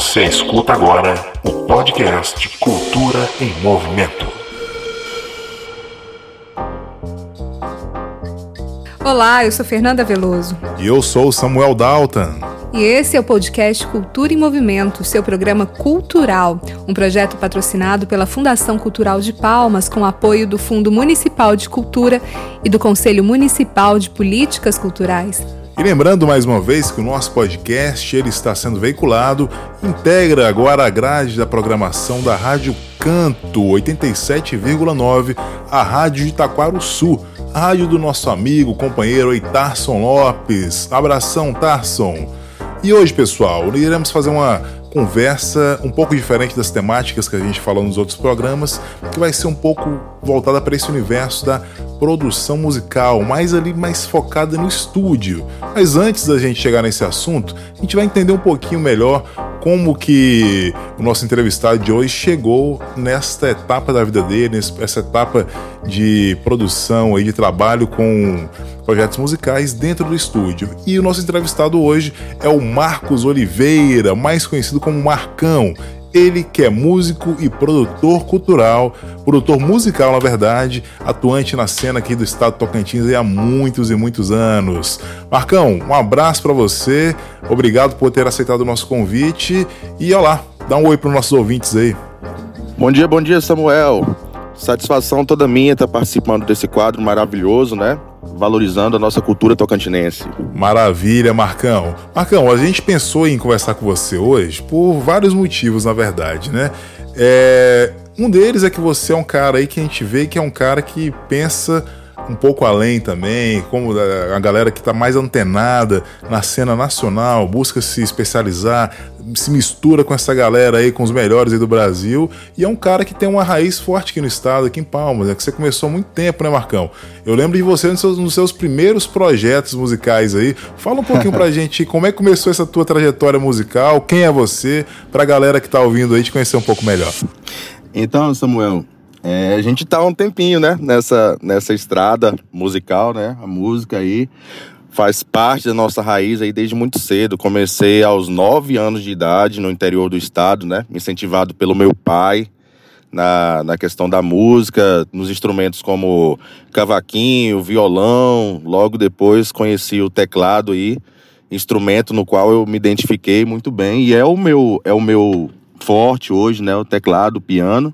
Você escuta agora o podcast Cultura em Movimento. Olá, eu sou Fernanda Veloso. E eu sou o Samuel Dalton. E esse é o podcast Cultura em Movimento, seu programa cultural, um projeto patrocinado pela Fundação Cultural de Palmas, com apoio do Fundo Municipal de Cultura e do Conselho Municipal de Políticas Culturais. E lembrando mais uma vez que o nosso podcast ele está sendo veiculado, integra agora a grade da programação da Rádio Canto 87,9, a Rádio de Itaquaruçu, a rádio do nosso amigo, companheiro Tarson Lopes. Abração, Tarson! E hoje, pessoal, iremos fazer uma conversa um pouco diferente das temáticas que a gente falou nos outros programas, que vai ser um pouco voltada para esse universo da produção musical, mais focada no estúdio. Mas antes da gente chegar nesse assunto, a gente vai entender um pouquinho melhor como que o nosso entrevistado de hoje chegou nesta etapa da vida dele, nessa etapa de produção e de trabalho com projetos musicais dentro do estúdio. E o nosso entrevistado hoje é o Marcos Oliveira, mais conhecido como Marcão. Ele que é músico e produtor cultural, produtor musical na verdade, atuante na cena aqui do estado de Tocantins há muitos e muitos anos. Marcão, um abraço para você, obrigado por ter aceitado o nosso convite e olá, dá um oi para os nossos ouvintes aí. Bom dia Samuel, satisfação toda minha estar participando desse quadro maravilhoso, né? Valorizando a nossa cultura tocantinense. Maravilha, Marcão. Marcão, a gente pensou em conversar com você hoje por vários motivos, na verdade, né? Um deles é que você é um cara aí que a gente vê que é um cara que pensa um pouco além também, como a galera que está mais antenada na cena nacional, busca se especializar, se mistura com essa galera aí, com os melhores aí do Brasil, e é um cara que tem uma raiz forte aqui no estado, aqui em Palmas, né? Que você começou há muito tempo, né, Marcão? Eu lembro de você nos seus primeiros projetos musicais aí. Fala um pouquinho pra gente como é que começou essa tua trajetória musical, quem é você, pra galera que tá ouvindo aí te conhecer um pouco melhor. Então, Samuel, a gente tá há um tempinho, né, nessa estrada musical, né, a música aí faz parte da nossa raiz aí desde muito cedo. Comecei aos 9 anos de idade no interior do estado, né, incentivado pelo meu pai na questão da música, nos instrumentos como cavaquinho, violão. Logo depois conheci o teclado aí, instrumento no qual eu me identifiquei muito bem e é o meu forte hoje, né, o teclado, o piano.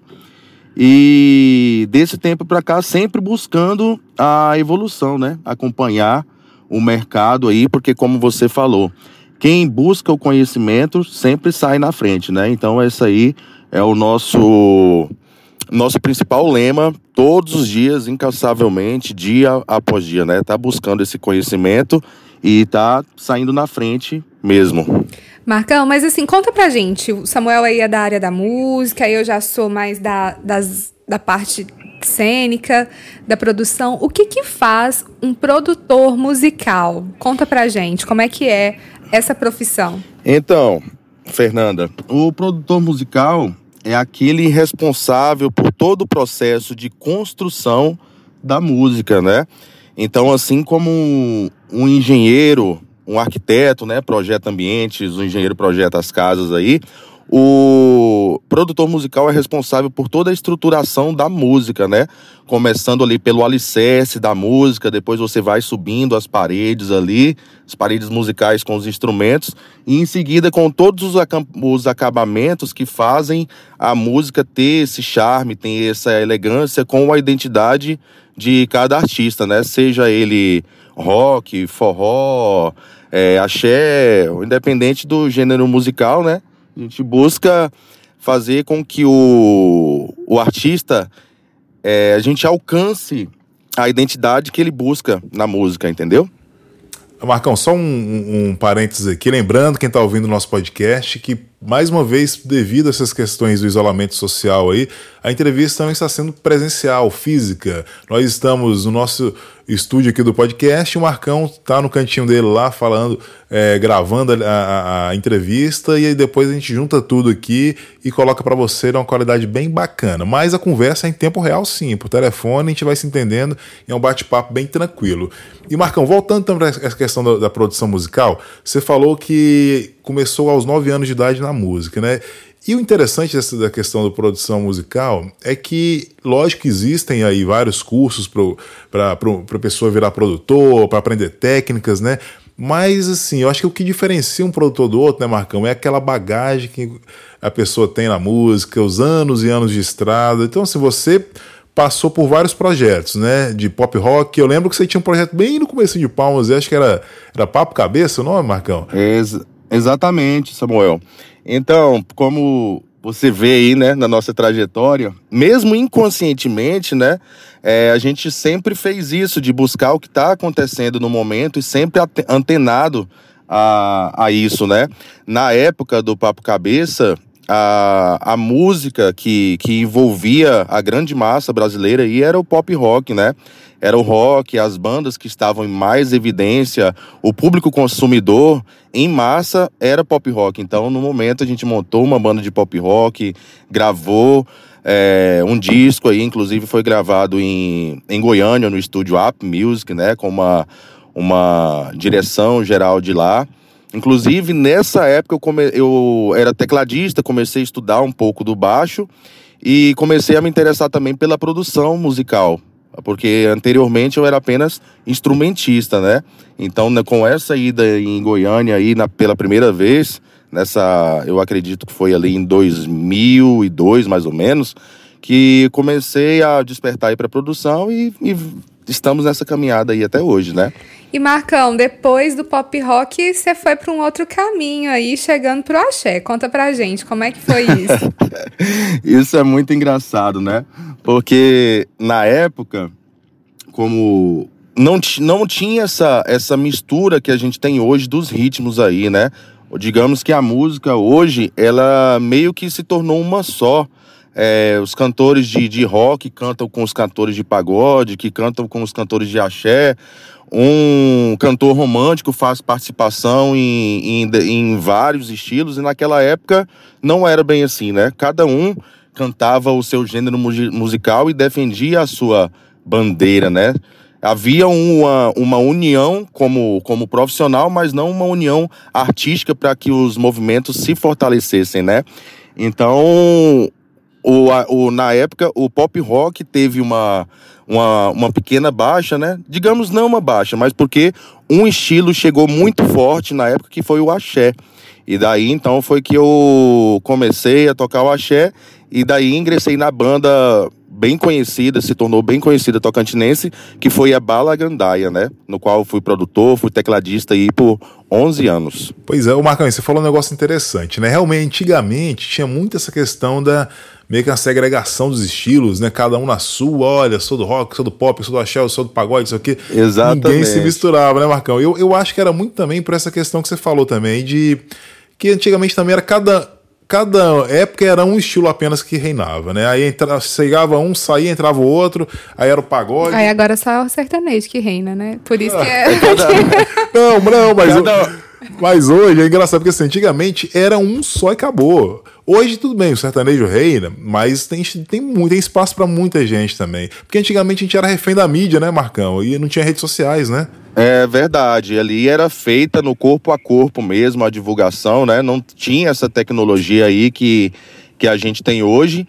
E desse tempo para cá sempre buscando a evolução, né? Acompanhar o mercado aí, porque como você falou, quem busca o conhecimento sempre sai na frente, né? Então esse aí é o nosso principal lema, todos os dias, incansavelmente, dia após dia, né? Tá buscando esse conhecimento e tá saindo na frente mesmo. Marcão, mas assim, conta pra gente, o Samuel aí é da área da música, eu já sou mais da parte cênica, da produção. O que faz um produtor musical? Conta pra gente, como é que é essa profissão? Então, Fernanda, o produtor musical é aquele responsável por todo o processo de construção da música, né? Então, assim como um engenheiro, um arquiteto, né, projeta ambientes, o engenheiro projeta as casas aí, o produtor musical é responsável por toda a estruturação da música, né? Começando ali pelo alicerce da música, depois você vai subindo as paredes ali, as paredes musicais com os instrumentos, e em seguida com todos os acabamentos que fazem a música ter esse charme, ter essa elegância com a identidade de cada artista, né? Seja ele rock, forró, axé, independente do gênero musical, né? A gente busca fazer com que o artista, a gente alcance a identidade que ele busca na música, entendeu? Marcão, só um parênteses aqui, lembrando quem está ouvindo o nosso podcast que, mais uma vez, devido a essas questões do isolamento social aí, a entrevista também está sendo presencial, física. Nós estamos no nosso estúdio aqui do podcast, o Marcão tá no cantinho dele lá falando, gravando a entrevista, e aí depois a gente junta tudo aqui e coloca para você numa qualidade bem bacana. Mas a conversa é em tempo real, sim, por telefone, a gente vai se entendendo, é um bate-papo bem tranquilo. E Marcão, voltando também para essa questão da produção musical, você falou que começou aos 9 anos de idade na música, né? E o interessante da questão da produção musical é que, lógico que existem aí vários cursos para a pessoa virar produtor, para aprender técnicas, né? Mas, assim, eu acho que o que diferencia um produtor do outro, né, Marcão, é aquela bagagem que a pessoa tem na música, os anos e anos de estrada. Então, se você passou por vários projetos, né, de pop rock, eu lembro que você tinha um projeto bem no começo de Palmas, acho que era Papo Cabeça o nome, Marcão? Exatamente, Samuel. Então, como você vê aí, né, na nossa trajetória, mesmo inconscientemente, né, a gente sempre fez isso, de buscar o que está acontecendo no momento e sempre antenado a isso, né. Na época do Papo Cabeça, a música que envolvia a grande massa brasileira aí era o pop rock, né. Era o rock, as bandas que estavam em mais evidência, o público consumidor em massa era pop rock. Então, no momento, a gente montou uma banda de pop rock, gravou um disco aí, inclusive foi gravado em Goiânia, no estúdio Up Music, né, com uma direção geral de lá. Inclusive, nessa época, eu era tecladista, comecei a estudar um pouco do baixo e comecei a me interessar também pela produção musical, porque anteriormente eu era apenas instrumentista, né? Então, com essa ida em Goiânia aí pela primeira vez, eu acredito que foi ali em 2002, mais ou menos, que comecei a despertar aí para produção e estamos nessa caminhada aí até hoje, né? E Marcão, depois do pop rock, você foi para um outro caminho aí, chegando pro axé. Conta pra gente, como é que foi isso? Isso é muito engraçado, né? Porque na época, como não tinha essa mistura que a gente tem hoje dos ritmos aí, né? Digamos que a música hoje, ela meio que se tornou uma só. Os cantores de rock cantam com os cantores de pagode, que cantam com os cantores de axé. Um cantor romântico faz participação em vários estilos, e naquela época não era bem assim, né? Cada um cantava o seu gênero musical e defendia a sua bandeira, né? Havia uma união como profissional, mas não uma união artística para que os movimentos se fortalecessem, né? Então, na época, o pop rock teve uma pequena baixa, né? Digamos, não uma baixa, mas porque um estilo chegou muito forte na época, que foi o axé. E daí, então, foi que eu comecei a tocar o axé, e daí ingressei na banda bem conhecida, se tornou bem conhecida tocantinense, que foi a Bala Gandaia, né? No qual eu fui produtor, fui tecladista aí por 11 anos. Pois é, Marcão, você falou um negócio interessante, né? Realmente, antigamente, tinha muito essa questão meio que a segregação dos estilos, né? Cada um na sua, olha, sou do rock, sou do pop, sou do axé, sou do pagode, isso aqui. Exatamente. Ninguém se misturava, né, Marcão? Eu acho que era muito também por essa questão que você falou também, de que antigamente também era cada época era um estilo apenas que reinava, né? Aí chegava um, saía, entrava o outro, aí era o pagode. Aí agora só o sertanejo que reina, né? Por isso que é... Não, mas hoje é engraçado, porque assim, antigamente era um só e acabou. Hoje tudo bem, o sertanejo reina, mas tem espaço pra muita gente também. Porque antigamente a gente era refém da mídia, né, Marcão? E não tinha redes sociais, né? É verdade, ali era feita no corpo a corpo mesmo a divulgação, né? Não tinha essa tecnologia aí que a gente tem hoje.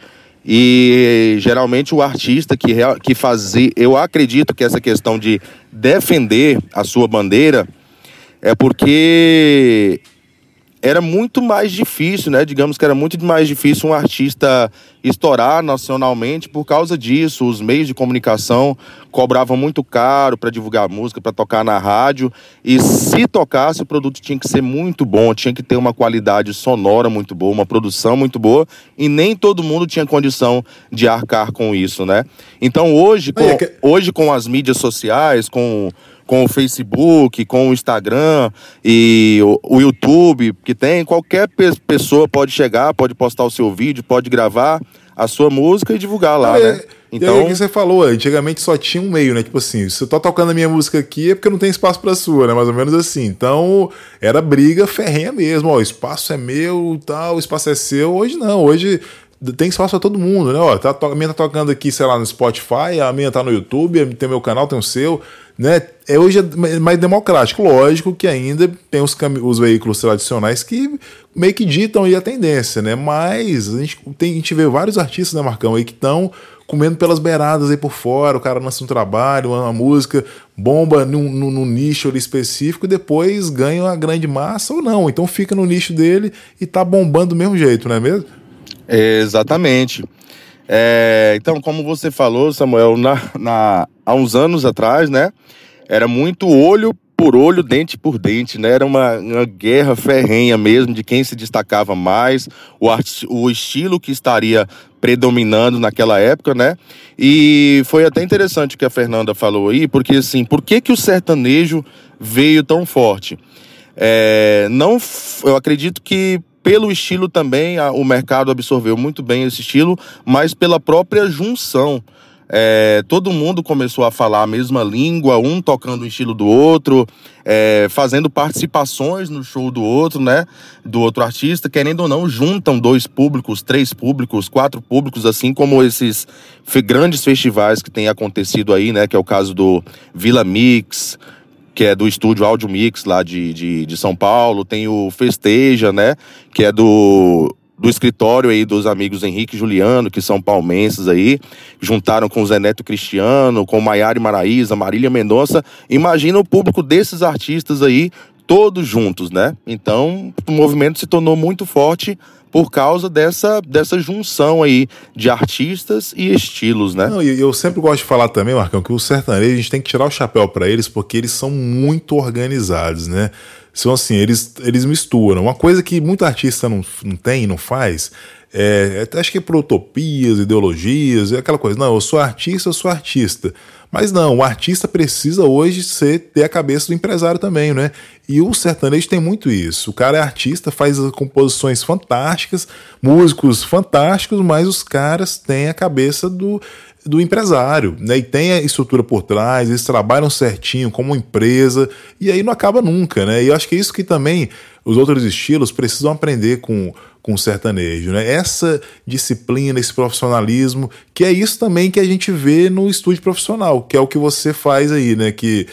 E geralmente o artista que fazia, eu acredito que essa questão de defender a sua bandeira é porque era muito mais difícil, né? Digamos que era muito mais difícil um artista estourar nacionalmente por causa disso. Os meios de comunicação cobravam muito caro para divulgar a música, para tocar na rádio. E se tocasse, o produto tinha que ser muito bom, tinha que ter uma qualidade sonora muito boa, uma produção muito boa. E nem todo mundo tinha condição de arcar com isso, né? Então hoje, com as mídias sociais, com o Facebook, com o Instagram e o YouTube, que tem, qualquer pessoa pode chegar, pode postar o seu vídeo, pode gravar. a sua música e divulgar lá, né? Então, é o que você falou, antigamente só tinha um meio, né? Tipo assim, se eu tô tocando a minha música aqui é porque não tem espaço pra sua, né? Mais ou menos assim. Então, era briga ferrenha mesmo, ó, o espaço é meu, tal, o espaço é seu. Hoje não, hoje tem espaço pra todo mundo, né? Ó, a minha tá tocando aqui, sei lá, no Spotify, a minha tá no YouTube, tem meu canal, tem o seu, né? Hoje é mais democrático. Lógico que ainda tem os veículos tradicionais que meio que ditam aí a tendência, né? Mas a gente vê vários artistas, né, Marcão, aí que estão comendo pelas beiradas aí por fora. O cara lança um trabalho, uma música, bomba num nicho ali específico e depois ganha uma grande massa ou não. Então fica no nicho dele e tá bombando do mesmo jeito, não é mesmo? Exatamente. Então, como você falou, Samuel, há uns anos atrás, né, era muito olho por olho, dente por dente, né? Era uma guerra ferrenha mesmo de quem se destacava mais, o estilo que estaria predominando naquela época, né? E foi até interessante o que a Fernanda falou aí, porque assim, por que o sertanejo veio tão forte? Eu acredito que pelo estilo também, o mercado absorveu muito bem esse estilo, mas pela própria junção. Todo mundo começou a falar a mesma língua, um tocando o estilo do outro, fazendo participações no show do outro, né? Do outro artista, querendo ou não, juntam 2 públicos, 3 públicos, 4 públicos, assim como esses grandes festivais que têm acontecido aí, né? Que é o caso do Vila Mix, que é do estúdio Audio Mix lá de São Paulo, tem o Festeja, né? Que é do escritório aí dos amigos Henrique e Juliano, que são palmenses aí, juntaram com o Zé Neto Cristiano, com Maiara e Maraísa, Marília Mendonça. Imagina o público desses artistas aí, todos juntos, né? Então, o movimento se tornou muito forte por causa dessa junção aí de artistas e estilos, né? Não, e eu sempre gosto de falar também, Marcão, que o sertanejo a gente tem que tirar o chapéu para eles, porque eles são muito organizados, né? São assim, eles misturam. Uma coisa que muito artista não tem, não faz, acho que é por utopias, ideologias, é aquela coisa, não, eu sou artista. Mas não, o artista precisa hoje ter a cabeça do empresário também, né? E o sertanejo tem muito isso. O cara é artista, faz composições fantásticas, músicos fantásticos, mas os caras têm a cabeça do empresário, né? E tem a estrutura por trás, eles trabalham certinho como empresa, e aí não acaba nunca, né? E eu acho que é isso que também os outros estilos precisam aprender com o sertanejo, né? Essa disciplina, esse profissionalismo, que é isso também que a gente vê no estúdio profissional, que é o que você faz aí, né? Que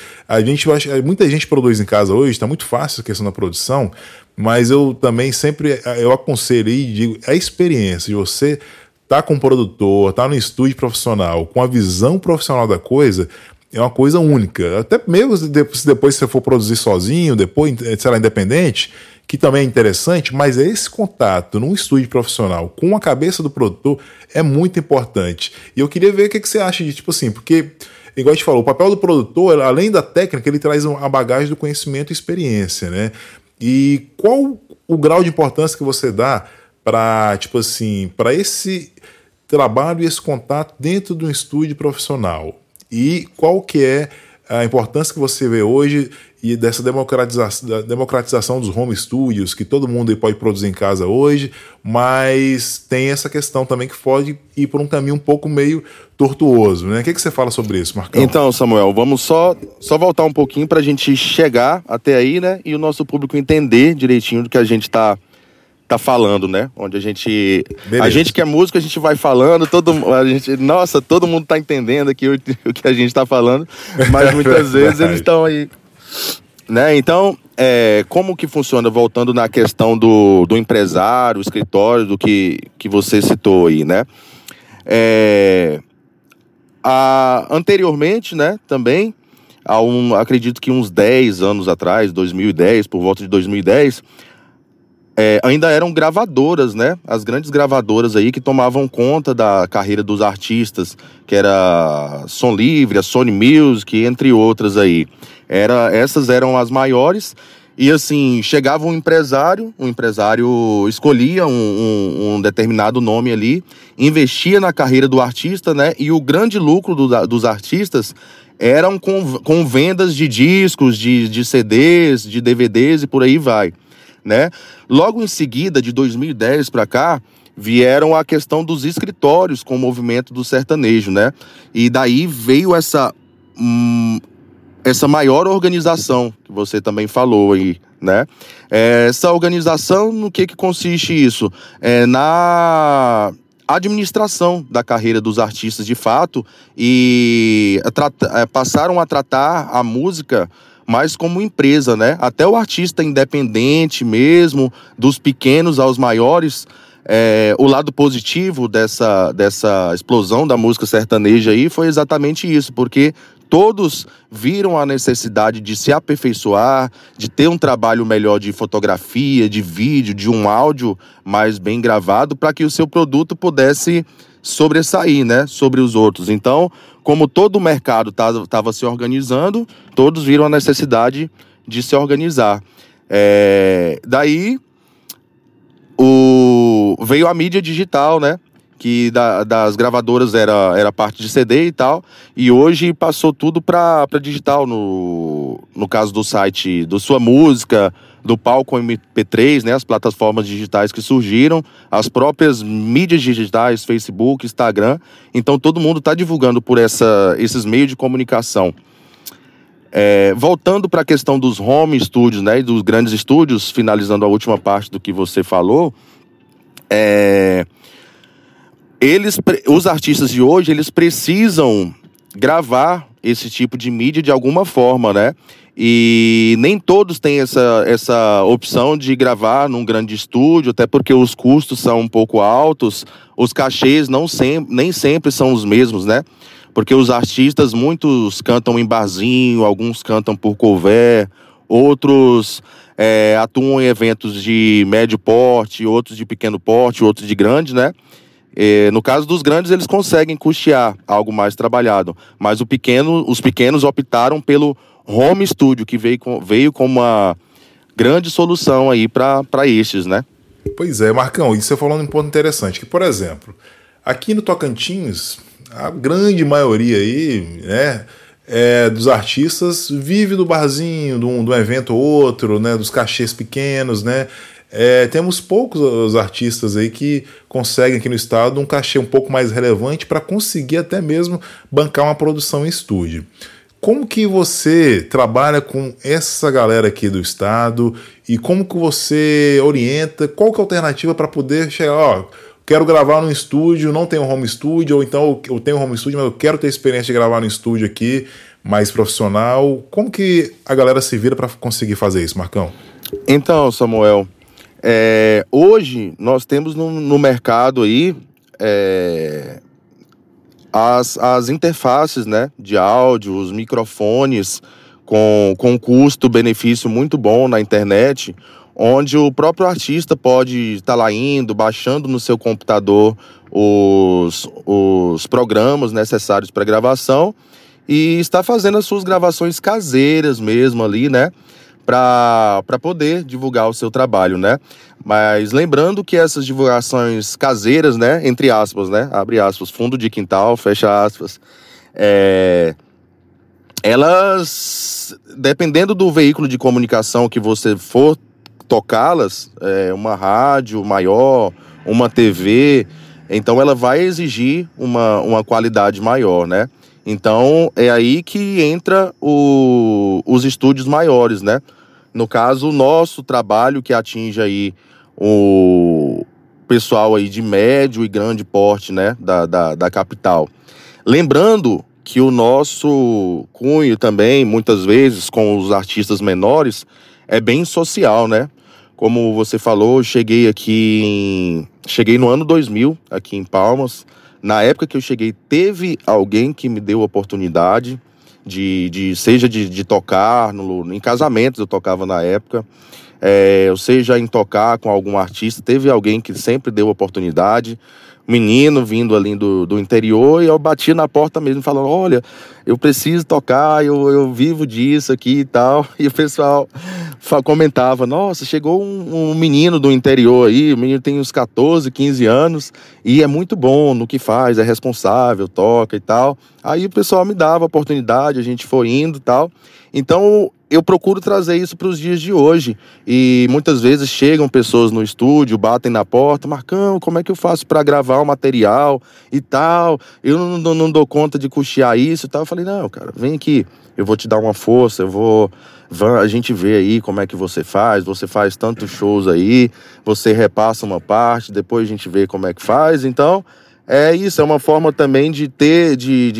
muita gente produz em casa hoje, tá muito fácil a questão da produção, mas eu também sempre aconselho e digo, a experiência de você tá com um produtor, tá no estúdio profissional, com a visão profissional da coisa, é uma coisa única. Até mesmo se depois você for produzir sozinho, depois, sei lá, independente, que também é interessante, mas esse contato num estúdio profissional com a cabeça do produtor é muito importante. E eu queria ver o que você acha de, tipo assim, porque, igual a gente falou, o papel do produtor, além da técnica, ele traz a bagagem do conhecimento e experiência, né? E qual o grau de importância que você dá para, tipo assim, para esse trabalho e esse contato dentro de um estúdio profissional? E qual que é a importância que você vê hoje e dessa democratização dos home studios, que todo mundo pode produzir em casa hoje, mas tem essa questão também que pode ir por um caminho um pouco meio tortuoso, né? O que você fala sobre isso, Marcão? Então, Samuel, vamos só voltar um pouquinho para a gente chegar até aí, né? E o nosso público entender direitinho do que a gente tá falando, né? Onde a gente que é músico, a gente vai falando, todo mundo tá entendendo aqui o que a gente tá falando, mas muitas vezes eles estão aí, né? Então, como que funciona, voltando na questão do empresário, o escritório, do que você citou aí, né? Anteriormente, né, também, acredito que uns 10 anos atrás, 2010, por volta de 2010, ainda eram gravadoras, né? As grandes gravadoras aí que tomavam conta da carreira dos artistas, que era Som Livre, a Sony Music, entre outras aí. Essas eram as maiores. E assim, chegava um empresário escolhia um determinado nome ali, investia na carreira do artista, né? E o grande lucro dos artistas eram com vendas de discos, de CDs, de DVDs e por aí vai, né? Logo em seguida, de 2010 para cá, vieram a questão dos escritórios com o movimento do sertanejo, né? E daí veio essa maior organização que você também falou aí, né? Essa organização, no que consiste isso? Na administração da carreira dos artistas de fato, e passaram a tratar a música mais como empresa, né? Até o artista independente mesmo, dos pequenos aos maiores, o lado positivo dessa explosão da música sertaneja aí foi exatamente isso, porque todos viram a necessidade de se aperfeiçoar, de ter um trabalho melhor de fotografia, de vídeo, de um áudio mais bem gravado, para que o seu produto pudesse sobressair, né, sobre os outros. Então, como todo o mercado estava se organizando, todos viram a necessidade de se organizar. Daí veio a mídia digital, né? Que das gravadoras era parte de CD e tal, e hoje passou tudo para digital, no caso do site do Sua Música, do Palco MP3, né, as plataformas digitais que surgiram, as próprias mídias digitais, Facebook, Instagram, então todo mundo está divulgando por esses meios de comunicação. Voltando para a questão dos home studios, né, e dos grandes estúdios, finalizando a última parte do que você falou, os artistas de hoje, eles precisam gravar esse tipo de mídia de alguma forma, né? E nem todos têm essa opção de gravar num grande estúdio, até porque os custos são um pouco altos, os cachês nem sempre são os mesmos, né? Porque os artistas, muitos cantam em barzinho, alguns cantam por cover, outros atuam em eventos de médio porte, outros de pequeno porte, outros de grande, né? No caso dos grandes, eles conseguem custear algo mais trabalhado, mas os pequenos optaram pelo home studio, que veio como uma grande solução aí para estes, né? Pois é, Marcão, e você falou um ponto interessante, que, por exemplo, aqui no Tocantins, a grande maioria aí, né, dos artistas vive do barzinho, de um evento ou outro, né, dos cachês pequenos, né? Temos poucos artistas aí que conseguem aqui no estado um cachê um pouco mais relevante para conseguir até mesmo bancar uma produção em estúdio. Como que você trabalha com essa galera aqui do estado e como que você orienta, qual que é a alternativa para poder chegar, quero gravar no estúdio, não tenho home studio, ou então eu tenho home studio, mas eu quero ter experiência de gravar no estúdio aqui, mais profissional. Como que a galera se vira para conseguir fazer isso, Marcão? Então, Samuel, hoje nós temos no mercado aí as interfaces, né, de áudio, os microfones com custo-benefício muito bom na internet, onde o próprio artista pode estar lá baixando no seu computador os programas necessários para gravação e está fazendo as suas gravações caseiras mesmo ali, né? Para poder divulgar o seu trabalho, né? Mas lembrando que essas divulgações caseiras, né, entre aspas, né, abre aspas, fundo de quintal, fecha aspas, elas, dependendo do veículo de comunicação que você for tocá-las, uma rádio maior, uma TV, então ela vai exigir uma qualidade maior, né? Então, é aí que entra os estúdios maiores, né? No caso, o nosso trabalho que atinge aí o pessoal aí de médio e grande porte, né? Da capital. Lembrando que o nosso cunho também, muitas vezes, com os artistas menores, é bem social, né? Como você falou, cheguei no ano 2000, aqui em Palmas. Na época que eu cheguei, teve alguém que me deu a oportunidade seja de tocar, em casamentos eu tocava na época, ou seja, em tocar com algum artista, teve alguém que sempre deu oportunidade, menino vindo ali do interior, e eu batia na porta mesmo, falando, olha, eu preciso tocar, eu vivo disso aqui e tal, e o pessoal comentava, nossa, chegou um menino do interior aí, o menino tem uns 14, 15 anos, e é muito bom no que faz, é responsável, toca e tal. Aí o pessoal me dava a oportunidade, a gente foi indo e tal. Então, eu procuro trazer isso para os dias de hoje. E muitas vezes chegam pessoas no estúdio, batem na porta, Marcão, como é que eu faço para gravar o material e tal? Eu não dou conta de custear isso e tal. Eu falei, não, cara, vem aqui, eu vou te dar uma força, a gente vê aí como é que você faz tantos shows aí, você repassa uma parte, depois a gente vê como é que faz. Então, é isso, é uma forma também de ter,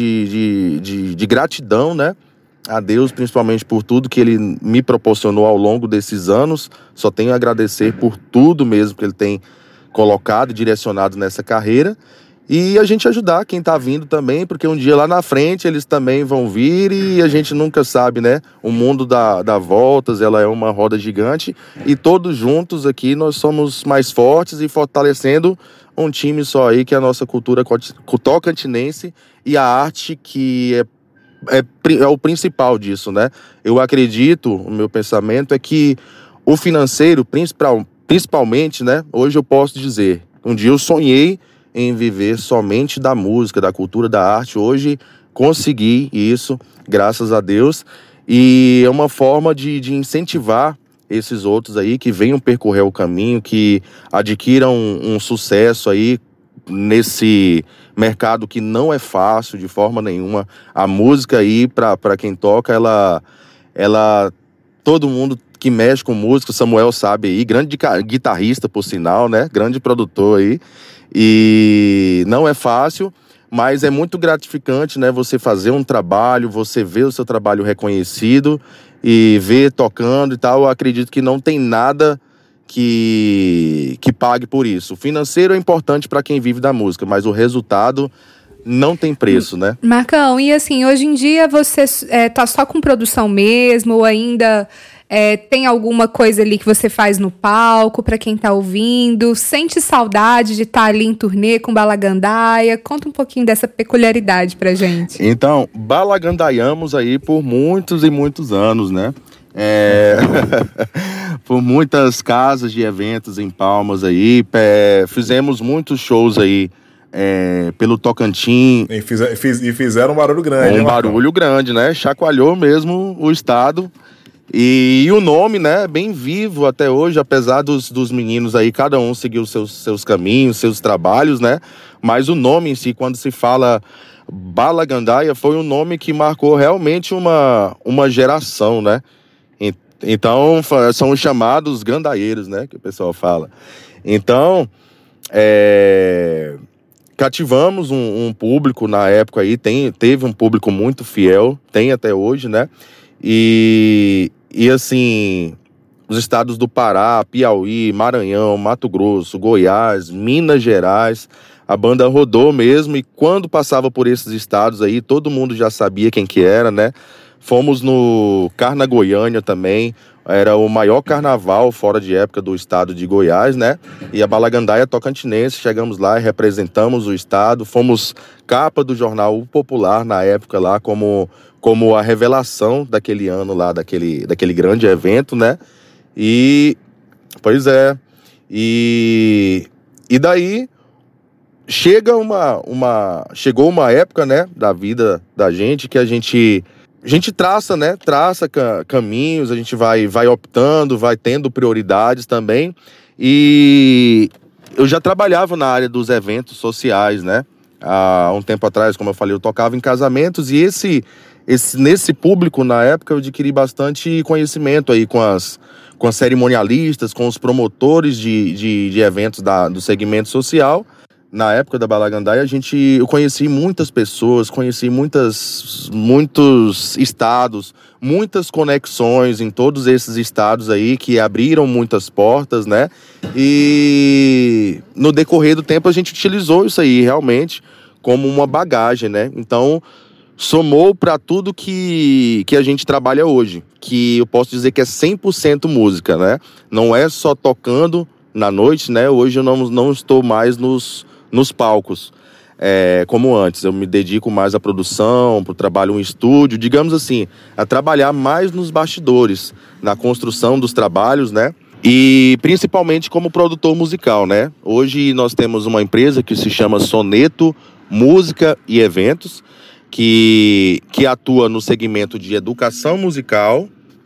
de gratidão, né? A Deus, principalmente por tudo que Ele me proporcionou ao longo desses anos. Só tenho a agradecer por tudo mesmo que Ele tem colocado e direcionado nessa carreira. E a gente ajudar quem tá vindo também, porque um dia lá na frente eles também vão vir e a gente nunca sabe, né? O mundo dá voltas, ela é uma roda gigante e todos juntos aqui nós somos mais fortes e fortalecendo um time só aí, que é a nossa cultura tocantinense e a arte que é o principal disso, né? Eu acredito, o meu pensamento é que o financeiro, principalmente, né? Hoje eu posso dizer, um dia eu sonhei em viver somente da música, da cultura, da arte. Hoje consegui isso, graças a Deus. E é uma forma de incentivar esses outros aí que venham percorrer o caminho, que adquiram um sucesso aí nesse mercado que não é fácil de forma nenhuma. A música aí, para quem toca, ela todo mundo que mexe com música, Samuel sabe aí, grande guitarrista por sinal, né? Grande produtor aí. E não é fácil, mas é muito gratificante, né? Você fazer um trabalho, você ver o seu trabalho reconhecido e ver tocando e tal. Eu acredito que não tem nada que pague por isso. O financeiro é importante para quem vive da música, mas o resultado não tem preço, né? Marcão, e assim, hoje em dia você tá só com produção mesmo ou ainda tem alguma coisa ali que você faz no palco para quem tá ouvindo? Sente saudade de estar ali em turnê com Balagandaia? Conta um pouquinho dessa peculiaridade pra gente. Então, balagandaiamos aí por muitos e muitos anos, né? Por muitas casas de eventos em Palmas aí, fizemos muitos shows aí pelo Tocantins. E fizeram um barulho grande. Um barulho grande, né? Chacoalhou mesmo o estado. E o nome, né, bem vivo até hoje, apesar dos meninos aí, cada um seguiu seus caminhos, seus trabalhos, né? Mas o nome em si, quando se fala Balagandaia, foi um nome que marcou realmente uma geração, né? Então, são os chamados gandaieiros, né, que o pessoal fala. Então, cativamos um público na época aí, teve um público muito fiel, tem até hoje, né? E assim, os estados do Pará, Piauí, Maranhão, Mato Grosso, Goiás, Minas Gerais, a banda rodou mesmo, e quando passava por esses estados aí, todo mundo já sabia quem que era, né? Fomos no Carna Goiânia também, era o maior carnaval fora de época do estado de Goiás, né? E a Balagandaia Tocantinense, chegamos lá e representamos o estado, fomos capa do jornal O Popular na época lá, como a revelação daquele ano lá, daquele grande evento, né? E, pois é, e daí chegou uma época, né, da vida da gente que a gente traça, né, caminhos, a gente vai optando, vai tendo prioridades também. E eu já trabalhava na área dos eventos sociais, né? Há um tempo atrás, como eu falei, eu tocava em casamentos, e nesse público, na época, eu adquiri bastante conhecimento aí com as cerimonialistas, com os promotores de eventos do segmento social. Na época da Balagandaia, eu conheci muitas pessoas, conheci muitos estados, muitas conexões em todos esses estados aí que abriram muitas portas, né? E no decorrer do tempo a gente utilizou isso aí realmente como uma bagagem, né? Então, somou para tudo que a gente trabalha hoje, que eu posso dizer que é 100% música, né? Não é só tocando na noite, né? Hoje eu não estou mais nos palcos, como antes. Eu me dedico mais à produção, para o trabalho em estúdio, digamos assim, a trabalhar mais nos bastidores, na construção dos trabalhos, né? E principalmente como produtor musical, né? Hoje nós temos uma empresa que se chama Soneto Música e Eventos, que atua no segmento de educação musical,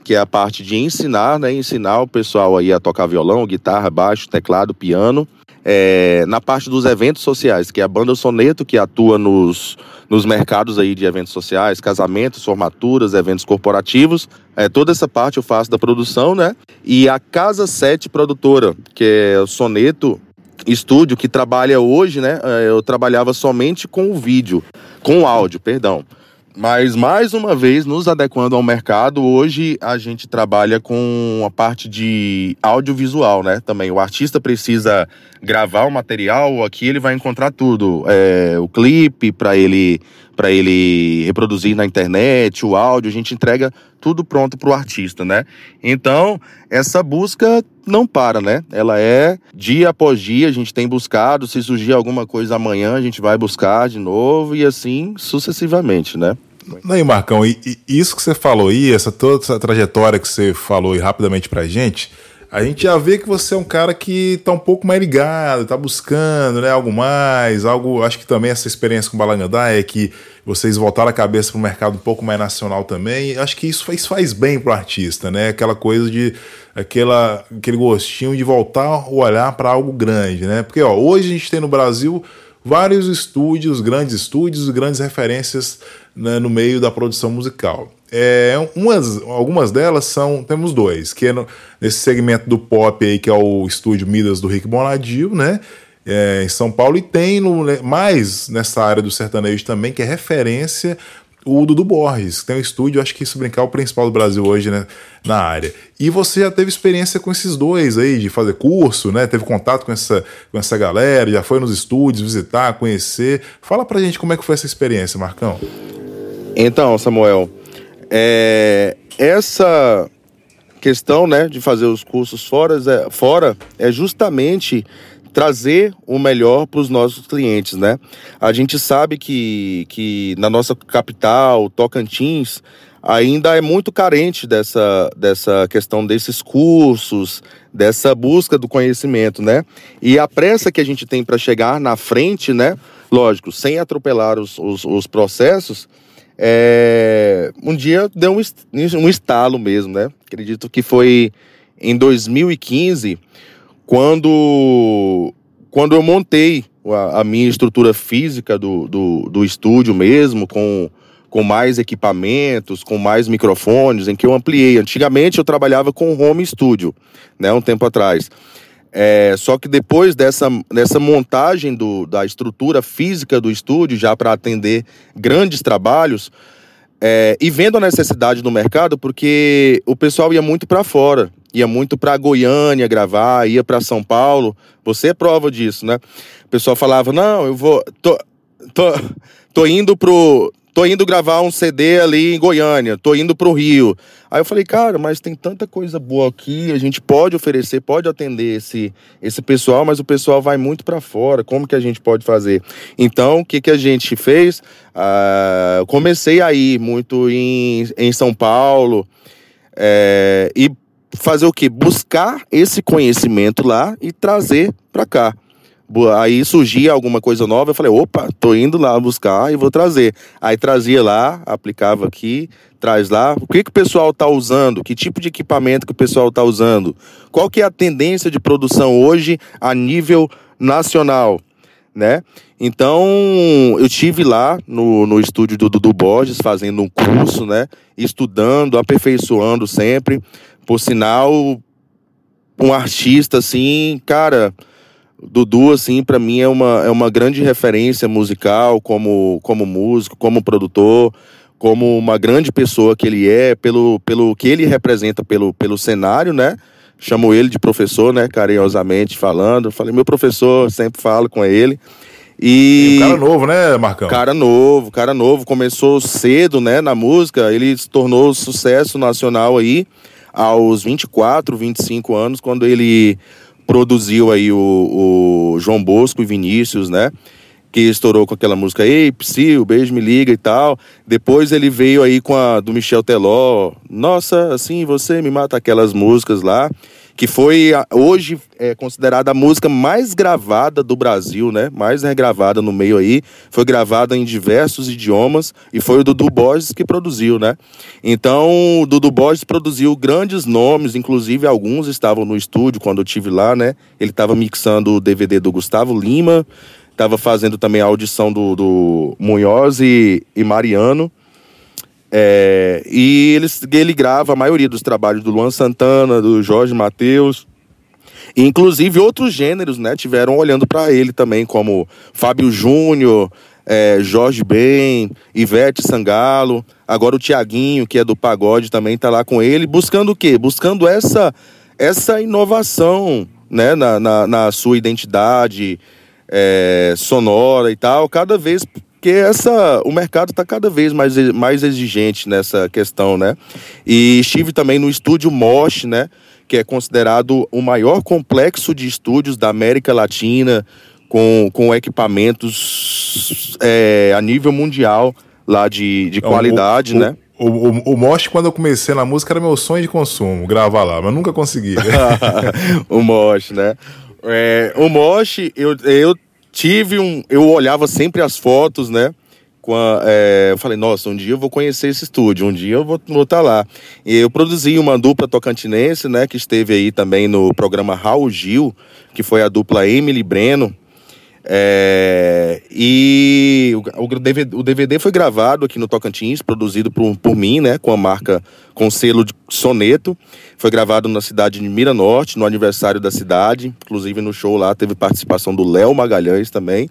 que é a parte de ensinar, né? Ensinar o pessoal aí a tocar violão, guitarra, baixo, teclado, piano. Na parte dos eventos sociais, que é a banda Soneto, que atua nos mercados aí de eventos sociais, casamentos, formaturas, eventos corporativos. Toda essa parte eu faço da produção, né? E a Casa 7 Produtora, que é o Soneto Estúdio, que trabalha hoje, né? Eu trabalhava somente com o vídeo, com o áudio, perdão. Mas, mais uma vez, nos adequando ao mercado, hoje a gente trabalha com a parte de audiovisual, né? Também o artista precisa gravar o material, aqui ele vai encontrar tudo. O clipe para ele reproduzir na internet, o áudio, a gente entrega tudo pronto para o artista, né? Então, essa busca não para, né? Ela é dia após dia, a gente tem buscado, se surgir alguma coisa amanhã, a gente vai buscar de novo e assim sucessivamente, né? Aí, Marcão, e isso que você falou aí, toda essa trajetória que você falou aí rapidamente pra gente, a gente já vê que você é um cara que tá um pouco mais ligado, tá buscando, né, algo mais, acho que também essa experiência com o Balangandá é que vocês voltaram a cabeça pro mercado um pouco mais nacional também, acho que isso faz bem pro artista, né, aquela coisa de, aquele gostinho de voltar o olhar para algo grande, né, porque hoje a gente tem no Brasil vários estúdios, grandes referências, né, no meio da produção musical. Algumas delas temos dois, que é nesse segmento do pop aí, que é o estúdio Midas do Rick Bonadio, né, em São Paulo, e tem mais nessa área do sertanejo também, que é referência, o Dudu Borges, que tem um estúdio, acho que se brincar, o principal do Brasil hoje, né, na área. E você já teve experiência com esses dois aí, de fazer curso, né? Teve contato com essa galera, já foi nos estúdios visitar, conhecer. Fala pra gente como é que foi essa experiência, Marcão. Então, Samuel, essa questão, né, de fazer os cursos fora é justamente trazer o melhor para os nossos clientes, né? A gente sabe que na nossa capital, Tocantins, ainda é muito carente dessa questão desses cursos, dessa busca do conhecimento, né? E a pressa que a gente tem para chegar na frente, né? Lógico, sem atropelar os processos, um dia deu um estalo mesmo, né? Acredito que foi em 2015, quando eu montei a minha estrutura física do estúdio mesmo, com mais equipamentos, com mais microfones, em que eu ampliei. Antigamente eu trabalhava com home studio, né, um tempo atrás. Só que depois dessa montagem da estrutura física do estúdio, já para atender grandes trabalhos, e vendo a necessidade do mercado, porque o pessoal ia muito para fora, ia muito para Goiânia gravar, ia para São Paulo. Você é prova disso, né? O pessoal falava, não, eu tô indo gravar um CD ali em Goiânia, tô indo pro Rio. Aí eu falei, cara, mas tem tanta coisa boa aqui, a gente pode oferecer, pode atender esse pessoal, mas o pessoal vai muito para fora, como que a gente pode fazer? Então, o que a gente fez? Eu comecei a ir muito em São Paulo, e fazer o quê? Buscar esse conhecimento lá e trazer para cá. Aí surgia alguma coisa nova, eu falei, opa, tô indo lá buscar e vou trazer. Aí trazia lá, aplicava aqui, traz lá. O que o pessoal tá usando? Que tipo de equipamento que o pessoal tá usando? Qual que é a tendência de produção hoje a nível nacional, né? Então, eu estive lá no estúdio do Dudu Borges, fazendo um curso, né? Estudando, aperfeiçoando sempre. Por sinal, um artista, assim, cara... Dudu, assim, para mim é uma grande referência musical, como músico, como produtor, como uma grande pessoa que ele é, pelo que ele representa pelo cenário, né? Chamo ele de professor, né? Carinhosamente falando. Falei, meu professor, sempre falo com ele. E um cara novo, né, Marcão? Cara novo. Começou cedo, né, na música. Ele se tornou sucesso nacional aí aos 24, 25 anos, quando ele... produziu aí o João Bosco e Vinícius, né? Que estourou com aquela música Ei, Psyu, Beijo, Me Liga e tal. Depois ele veio aí com a do Michel Teló, Nossa, Assim Você Me Mata, aquelas músicas lá. que foi hoje considerada a música mais gravada do Brasil, né? Mais regravada no meio aí. Foi gravada em diversos idiomas e foi o Dudu Borges que produziu, né? Então, o Dudu Borges produziu grandes nomes, inclusive alguns estavam no estúdio quando eu estive lá, né? Ele estava mixando o DVD do Gustavo Lima, estava fazendo também a audição do Munhoz e Mariano. E ele grava a maioria dos trabalhos do Luan Santana, do Jorge Mateus. E, inclusive, outros gêneros, né, tiveram olhando para ele também, como Fábio Júnior, Jorge Ben, Ivete Sangalo. Agora o Tiaguinho, que é do pagode, também está lá com ele. Buscando o quê? Buscando essa inovação, né, na sua identidade sonora e tal, cada vez... Porque o mercado está cada vez mais exigente nessa questão, né? E estive também no estúdio Mosh, né? Que é considerado o maior complexo de estúdios da América Latina, com equipamentos a nível mundial lá de qualidade, né? O Mosh, quando eu comecei na música, era meu sonho de consumo, gravar lá, mas nunca consegui. O Mosh, né? O Mosh, eu olhava sempre as fotos, né? Eu falei, nossa, um dia eu vou conhecer esse estúdio, um dia eu vou estar lá. E eu produzi uma dupla tocantinense, né? Que esteve aí também no programa Raul Gil, que foi a dupla Emily Breno. E o DVD foi gravado aqui no Tocantins, produzido por mim, né? Com selo de Soneto. Foi gravado na cidade de Miranorte, no aniversário da cidade. Inclusive no show lá teve participação do Léo Magalhães também.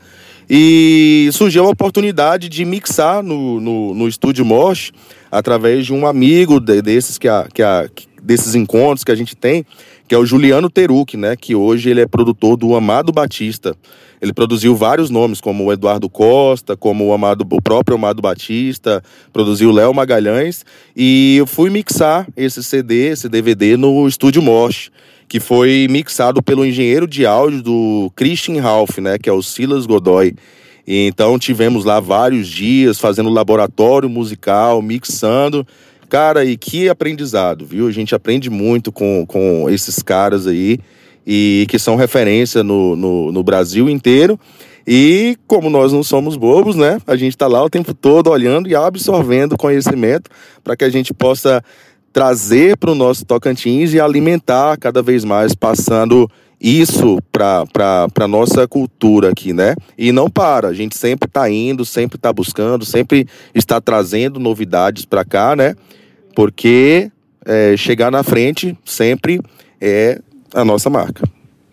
E surgiu a oportunidade de mixar no estúdio Mosh, através de um amigo desses desses encontros que a gente tem, que é o Juliano Teruc, né? Que hoje ele é produtor do Amado Batista. Ele produziu vários nomes, como o Eduardo Costa, como o próprio Amado Batista, produziu o Léo Magalhães. E eu fui mixar esse DVD no estúdio Mosh, que foi mixado pelo engenheiro de áudio do Christian Ralph, né, que é o Silas Godoy. E então tivemos lá vários dias fazendo laboratório musical, mixando. Cara, e que aprendizado, viu? A gente aprende muito com esses caras aí, e que são referência no Brasil inteiro. E como nós não somos bobos, né? A gente tá lá o tempo todo olhando e absorvendo conhecimento para que a gente possa trazer para o nosso Tocantins e alimentar cada vez mais, passando isso para a nossa cultura aqui, né? E não para, a gente sempre está indo, sempre está buscando, sempre está trazendo novidades para cá, né? Porque chegar na frente sempre é a nossa marca.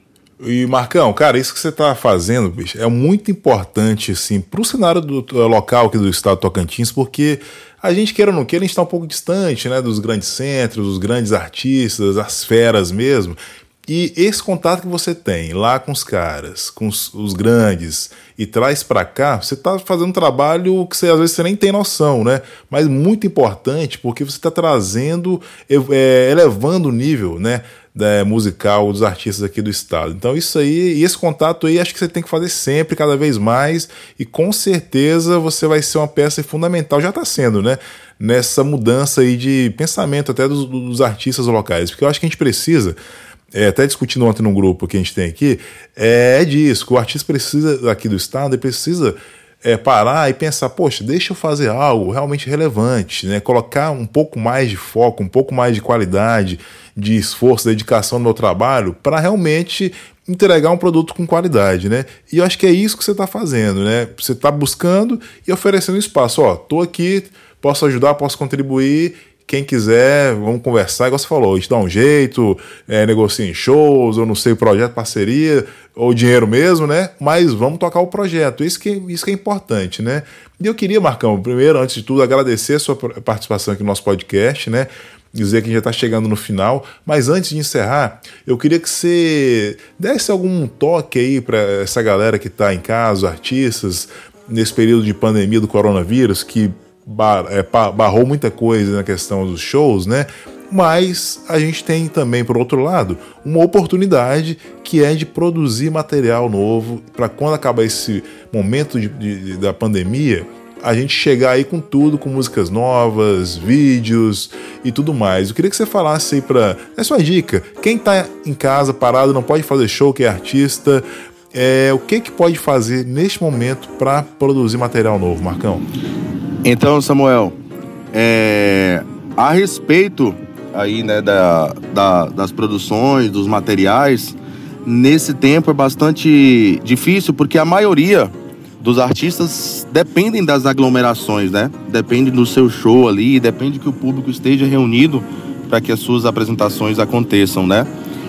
E Marcão, cara, isso que você tá fazendo, bicho, é muito importante, assim, pro cenário local aqui do estado do Tocantins, porque a gente, queira ou não queira, a gente tá um pouco distante, né, dos grandes centros, dos grandes artistas, as feras mesmo. E esse contato que você tem lá com os caras, com os grandes, e traz pra cá, você tá fazendo um trabalho que às vezes você nem tem noção, né? Mas muito importante, porque você tá trazendo, elevando o nível, né, musical dos artistas aqui do estado. Então isso aí, e esse contato aí, acho que você tem que fazer sempre, cada vez mais, e com certeza você vai ser uma peça fundamental, já está sendo, né, nessa mudança aí de pensamento até dos artistas locais, porque eu acho que a gente precisa, até discutindo ontem num grupo que a gente tem aqui, disso, que o artista precisa aqui do estado, ele precisa parar e pensar, poxa, deixa eu fazer algo realmente relevante, né? Colocar um pouco mais de foco, um pouco mais de qualidade, de esforço, dedicação no meu trabalho, para realmente entregar um produto com qualidade, né? E eu acho que é isso que você está fazendo, né? Você está buscando e oferecendo espaço. Ó, tô aqui, posso ajudar, posso contribuir. Quem quiser, vamos conversar, igual você falou, a gente dá um jeito, negocia em shows, ou não sei, projeto, parceria, ou dinheiro mesmo, né? Mas vamos tocar o projeto, isso que é importante, né? E eu queria, Marcão, primeiro, antes de tudo, agradecer a sua participação aqui no nosso podcast, né? Dizer que já está chegando no final, mas antes de encerrar, eu queria que você desse algum toque aí para essa galera que está em casa, artistas, nesse período de pandemia do coronavírus, que barrou muita coisa na questão dos shows, né? Mas a gente tem também, por outro lado, uma oportunidade que é de produzir material novo para quando acabar esse momento da pandemia, a gente chegar aí com tudo, com músicas novas, vídeos e tudo mais. Eu queria que você falasse aí é sua dica, quem tá em casa parado, não pode fazer show, que é artista, o que pode fazer neste momento para produzir material novo, Marcão? Então, Samuel, a respeito aí, né, das produções, dos materiais, nesse tempo é bastante difícil, porque a maioria dos artistas dependem das aglomerações, né? Depende do seu show ali, depende que o público esteja reunido para que as suas apresentações aconteçam, né?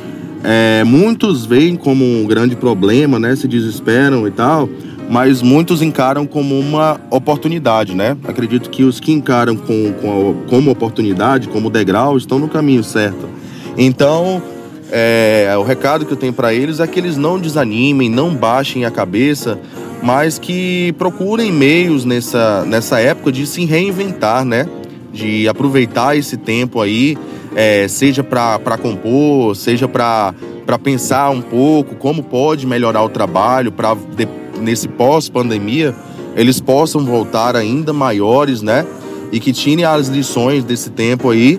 Muitos veem como um grande problema, né? Se desesperam e tal, mas muitos encaram como uma oportunidade, né? Acredito que os que encaram como oportunidade, como degrau, estão no caminho certo. Então, o recado que eu tenho para eles é que eles não desanimem, não baixem a cabeça, mas que procurem meios nessa época de se reinventar, né? De aproveitar esse tempo aí, seja para compor, seja para pensar um pouco como pode melhorar o trabalho, para nesse pós-pandemia eles possam voltar ainda maiores, né? E que tirem as lições desse tempo aí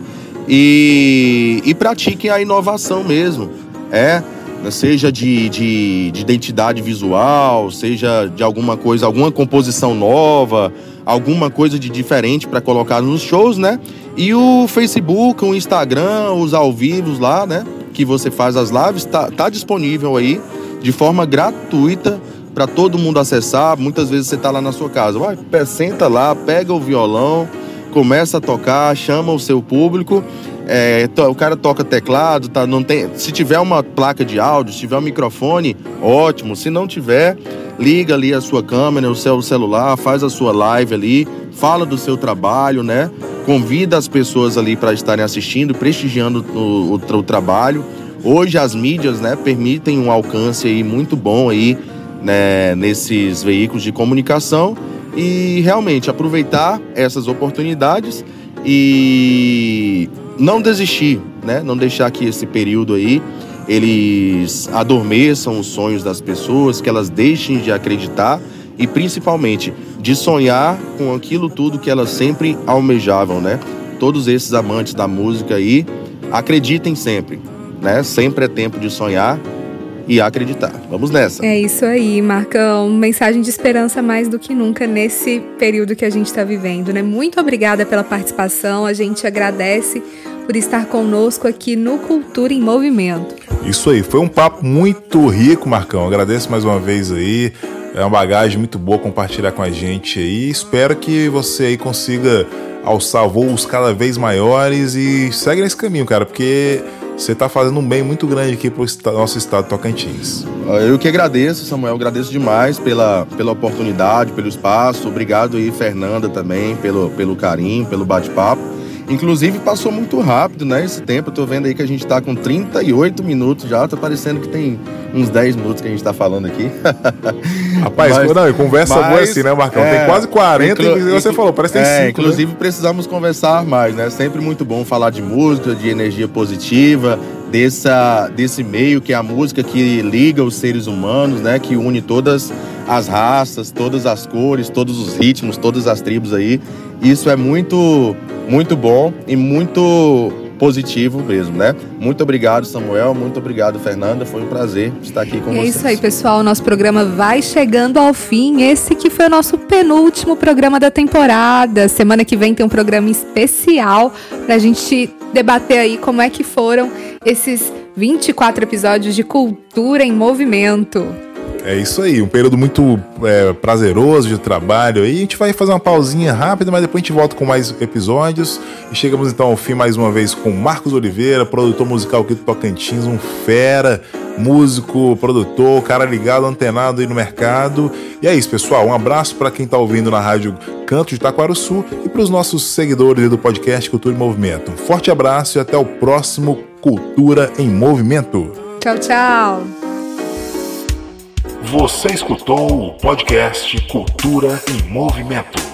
e pratiquem a inovação mesmo, seja de identidade visual, seja de alguma coisa, alguma composição nova, alguma coisa de diferente para colocar nos shows, né? E o Facebook, o Instagram, os ao vivos lá, né? Que você faz as lives, tá disponível aí de forma gratuita para todo mundo acessar. Muitas vezes você tá lá na sua casa, senta lá, pega o violão, começa a tocar, chama o seu público. O cara toca teclado, se tiver uma placa de áudio, se tiver um microfone, ótimo. Se não tiver, liga ali a sua câmera, o seu celular, faz a sua live ali, fala do seu trabalho, né? Convida as pessoas ali para estarem assistindo, prestigiando o trabalho. Hoje as mídias, né, permitem um alcance aí muito bom aí, né, nesses veículos de comunicação, e realmente aproveitar essas oportunidades e não desistir, né? Não deixar que esse período aí eles adormeçam os sonhos das pessoas, que elas deixem de acreditar e principalmente de sonhar com aquilo tudo que elas sempre almejavam, né? Todos esses amantes da música aí, acreditem sempre, né? Sempre é tempo de sonhar e acreditar. Vamos nessa. É isso aí, Marcão. Mensagem de esperança mais do que nunca nesse período que a gente está vivendo, né? Muito obrigada pela participação. A gente agradece por estar conosco aqui no Cultura em Movimento. Isso aí, foi um papo muito rico, Marcão. Agradeço mais uma vez aí. É uma bagagem muito boa compartilhar com a gente aí. Espero que você aí consiga alçar voos cada vez maiores e segue nesse caminho, cara, porque você está fazendo um bem muito grande aqui para o nosso estado de Tocantins. Eu que agradeço, Samuel, agradeço demais pela oportunidade, pelo espaço. Obrigado aí, Fernanda, também, pelo carinho, pelo bate-papo. Inclusive, passou muito rápido, né, esse tempo. Eu tô vendo aí que a gente tá com 38 minutos já. Tá parecendo que tem uns 10 minutos que a gente tá falando aqui. Rapaz, conversa boa assim, né, Marcão? Tem quase 40 e você falou, parece que tem 5. Inclusive, né? Precisamos conversar mais, né? Sempre muito bom falar de música, de energia positiva, desse meio que é a música que liga os seres humanos, né? Que une todas as raças, todas as cores, todos os ritmos, todas as tribos aí. Isso é muito, muito bom e muito positivo mesmo, né? Muito obrigado, Samuel. Muito obrigado, Fernanda. Foi um prazer estar aqui com vocês. É isso aí, pessoal. O nosso programa vai chegando ao fim. Esse que foi o nosso penúltimo programa da temporada. Semana que vem tem um programa especial pra gente debater aí como é que foram esses 24 episódios de Cultura em Movimento. É isso aí, um período muito prazeroso de trabalho aí. A gente vai fazer uma pausinha rápida, mas depois a gente volta com mais episódios. E chegamos então ao fim mais uma vez com Marcos Oliveira, produtor musical aqui do Tocantins, um fera, músico, produtor, cara ligado, antenado aí no mercado. E é isso, pessoal, um abraço para quem tá ouvindo na Rádio Canto de Itaquaruçu e para os nossos seguidores do podcast Cultura em Movimento. Um forte abraço e até o próximo Cultura em Movimento. Tchau, tchau. Você escutou o podcast Cultura em Movimento.